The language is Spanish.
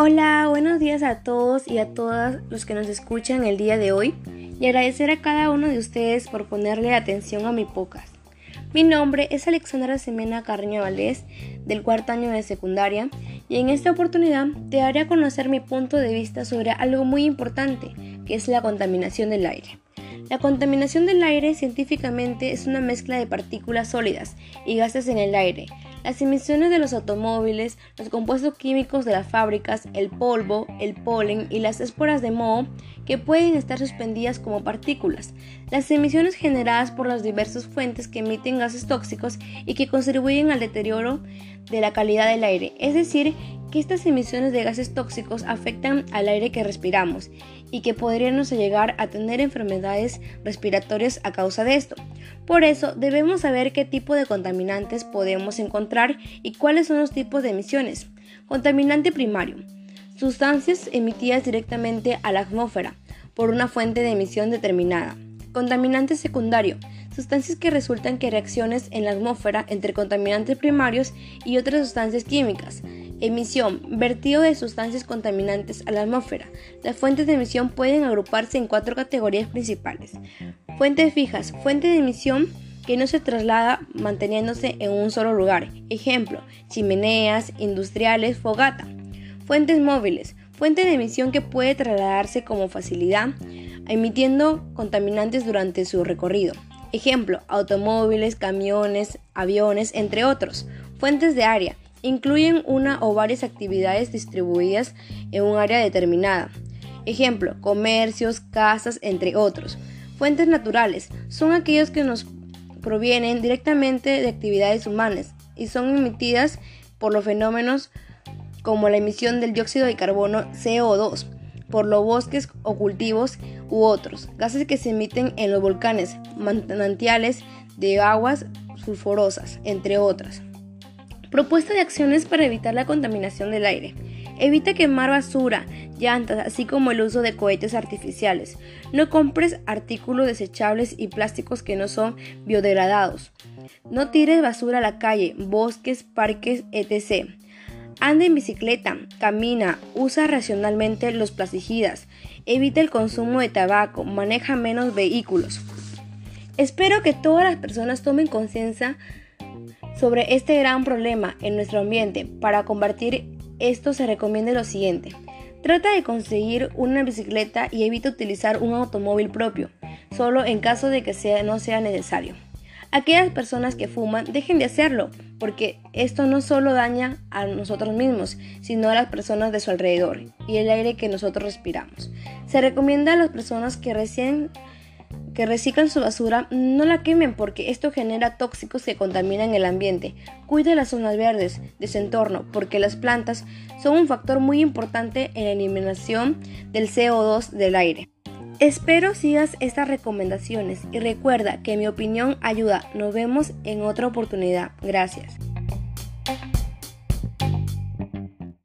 Hola, buenos días a todos y a todas los que nos escuchan el día de hoy y agradecer a cada uno de ustedes por ponerle atención a mi podcast. Mi nombre es Alexandra Semena Carreño Valdés, del cuarto año de secundaria, y en esta oportunidad te haré a conocer mi punto de vista sobre algo muy importante, que es la contaminación del aire. La contaminación del aire científicamente es una mezcla de partículas sólidas y gases en el aire. Las emisiones de los automóviles, los compuestos químicos de las fábricas, el polvo, el polen y las esporas de moho que pueden estar suspendidas como partículas. Las emisiones generadas por las diversas fuentes que emiten gases tóxicos y que contribuyen al deterioro de la calidad del aire. Es decir, que estas emisiones de gases tóxicos afectan al aire que respiramos y que podríamos llegar a tener enfermedades respiratorias a causa de esto. Por eso debemos saber qué tipo de contaminantes podemos encontrar y cuáles son los tipos de emisiones. Contaminante primario: sustancias emitidas directamente a la atmósfera por una fuente de emisión determinada. Contaminante secundario: sustancias que resultan que reacciones en la atmósfera entre contaminantes primarios y otras sustancias químicas. Emisión: vertido de sustancias contaminantes a la atmósfera. Las fuentes de emisión pueden agruparse en 4 categorías principales. Fuentes fijas: fuente de emisión que no se traslada manteniéndose en un solo lugar. Ejemplo: chimeneas, industriales, fogata. Fuentes móviles: fuente de emisión que puede trasladarse con facilidad, emitiendo contaminantes durante su recorrido. Ejemplo: automóviles, camiones, aviones, entre otros. Fuentes de área: incluyen una o varias actividades distribuidas en un área determinada. Ejemplo: comercios, casas, entre otros. Fuentes naturales: son aquellos que nos provienen directamente de actividades humanas y son emitidas por los fenómenos como la emisión del dióxido de carbono CO2 por los bosques o cultivos u otros. Gases que se emiten en los volcanes, manantiales de aguas sulfurosas, entre otras. Propuesta de acciones para evitar la contaminación del aire. Evita quemar basura, llantas, así como el uso de cohetes artificiales. No compres artículos desechables y plásticos que no son biodegradados. No tires basura a la calle, bosques, parques, etc. Anda en bicicleta, camina, usa racionalmente los plaguicidas. Evita el consumo de tabaco, maneja menos vehículos. Espero que todas las personas tomen conciencia sobre este gran problema en nuestro ambiente. Para combatir esto se recomienda lo siguiente: trata de conseguir una bicicleta y evita utilizar un automóvil propio, solo en caso de que no sea necesario. Aquellas personas que fuman, dejen de hacerlo, porque esto no solo daña a nosotros mismos, sino a las personas de su alrededor y el aire que nosotros respiramos. Se recomienda a las personas que reciclan su basura, no la quemen, porque esto genera tóxicos que contaminan el ambiente. Cuide las zonas verdes de su entorno, porque las plantas son un factor muy importante en la eliminación del CO2 del aire. Espero sigas estas recomendaciones y recuerda que mi opinión ayuda. Nos vemos en otra oportunidad. Gracias.